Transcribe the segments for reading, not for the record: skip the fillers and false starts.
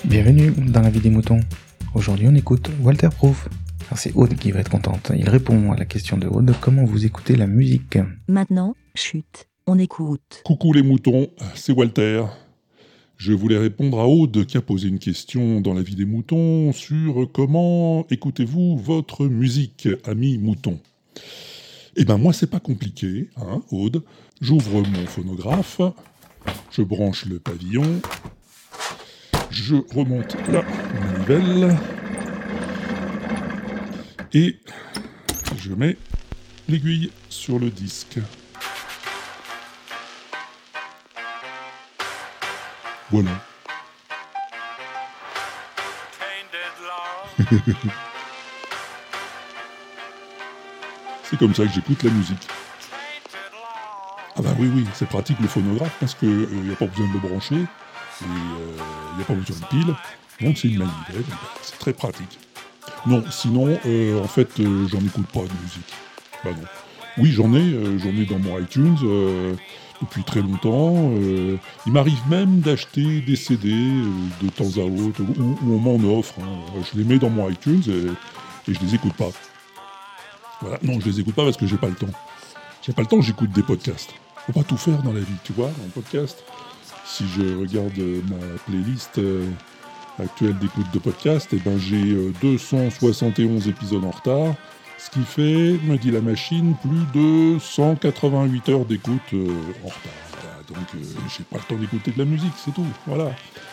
Bienvenue dans la vie des moutons. Aujourd'hui on écoute Walter Proof. Alors c'est Aude qui va être contente. Il répond à la question de Aude, comment vous écoutez la musique ? Maintenant, chut, on écoute. Coucou les moutons, c'est Walter. Je voulais répondre à Aude qui a posé une question dans la vie des moutons sur comment écoutez-vous votre musique, amis moutons. Eh ben moi c'est pas compliqué, hein, Aude. J'ouvre mon phonographe, je branche le pavillon, je remonte la manivelle et je mets l'aiguille sur le disque. Voilà. C'est comme ça que j'écoute la musique. Ah bah oui, c'est pratique le phonographe parce que y a pas besoin de le brancher et y a pas besoin de pile. Donc c'est une manivelle, c'est très pratique. Non, sinon en fait j'en écoute pas de musique. Bah non. Oui, j'en ai dans mon iTunes depuis très longtemps. Il m'arrive même d'acheter des CD de temps à autre où on m'en offre. Hein. Je les mets dans mon iTunes et je les écoute pas. Voilà. Non, je les écoute pas parce que j'ai pas le temps. J'ai pas le temps, j'écoute des podcasts. Faut pas tout faire dans la vie, tu vois, dans le podcast. Si je regarde ma playlist actuelle d'écoute de podcast, eh ben j'ai 271 épisodes en retard. Ce qui fait, me dit la machine, plus de 188 heures d'écoute en retard. Voilà, donc j'ai pas le temps d'écouter de la musique, c'est tout. Voilà.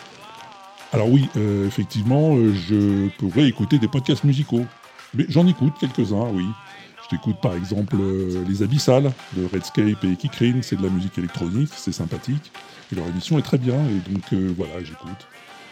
Alors oui, effectivement, je pourrais écouter des podcasts musicaux. Mais j'en écoute quelques-uns, oui. Je t'écoute par exemple Les Abyssales de Redscape et Kikrine, c'est de la musique électronique, c'est sympathique. Et leur émission est très bien, et donc voilà, j'écoute.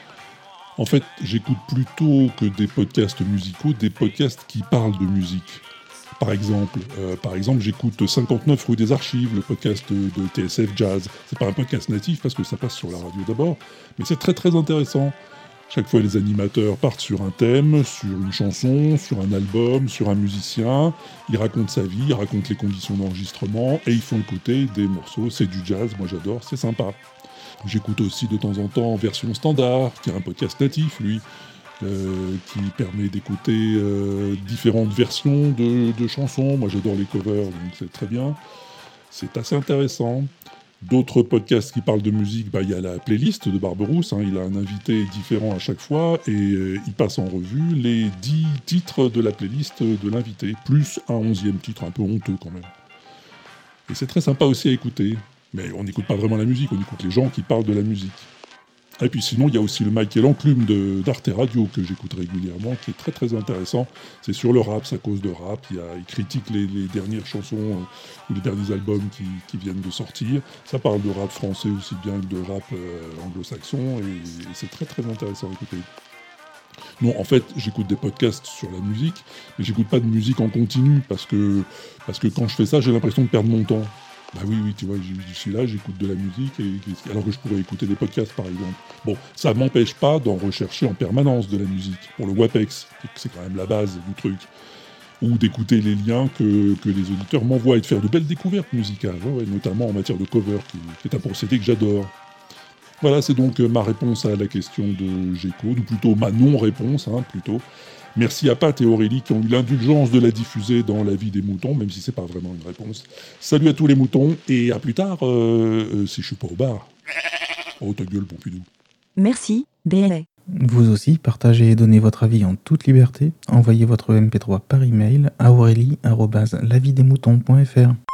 En fait, j'écoute plutôt que des podcasts musicaux, des podcasts qui parlent de musique. Par exemple, j'écoute 59 rue des Archives, le podcast de TSF Jazz. C'est pas un podcast natif parce que ça passe sur la radio d'abord, mais c'est très très intéressant. Chaque fois, les animateurs partent sur un thème, sur une chanson, sur un album, sur un musicien. Ils racontent sa vie, ils racontent les conditions d'enregistrement et ils font écouter des morceaux. C'est du jazz, moi j'adore, c'est sympa. J'écoute aussi de temps en temps Version Standard, qui est un podcast natif, lui, qui permet d'écouter différentes versions de chansons. Moi, j'adore les covers, donc c'est très bien. C'est assez intéressant. D'autres podcasts qui parlent de musique, il y a la playlist de Barberousse. Hein, il a un invité différent à chaque fois et il passe en revue les 10 titres de la playlist de l'invité, plus un 11e titre, un peu honteux quand même. Et c'est très sympa aussi à écouter. Mais on n'écoute pas vraiment la musique, on écoute les gens qui parlent de la musique. Et puis sinon, il y a aussi le Michael Enclume d'Arte Radio que j'écoute régulièrement, qui est très très intéressant. C'est sur le rap, sa cause de rap. Il critique les dernières chansons ou les derniers albums qui viennent de sortir. Ça parle de rap français aussi bien que de rap anglo-saxon, et c'est très très intéressant à écouter. Non, en fait, j'écoute des podcasts sur la musique, mais j'écoute pas de musique en continu, parce que quand je fais ça, j'ai l'impression de perdre mon temps. Bah oui, tu vois, je suis là, j'écoute de la musique, alors que je pourrais écouter des podcasts, par exemple. Bon, ça m'empêche pas d'en rechercher en permanence de la musique, pour le WAPEX, c'est quand même la base du truc. Ou d'écouter les liens que les auditeurs m'envoient et de faire de belles découvertes musicales, notamment en matière de cover, qui est un procédé que j'adore. Voilà, c'est donc ma réponse à la question de Géco, ou plutôt ma non-réponse, plutôt. Merci à Pat et Aurélie qui ont eu l'indulgence de la diffuser dans la vie des moutons, même si c'est pas vraiment une réponse. Salut à tous les moutons, et à plus tard, si je suis pas au bar. Oh ta gueule, Pompidou. Merci, BLA. Vous aussi, partagez et donnez votre avis en toute liberté. Envoyez votre MP3 par email à aurélie@lavidesmoutons.fr.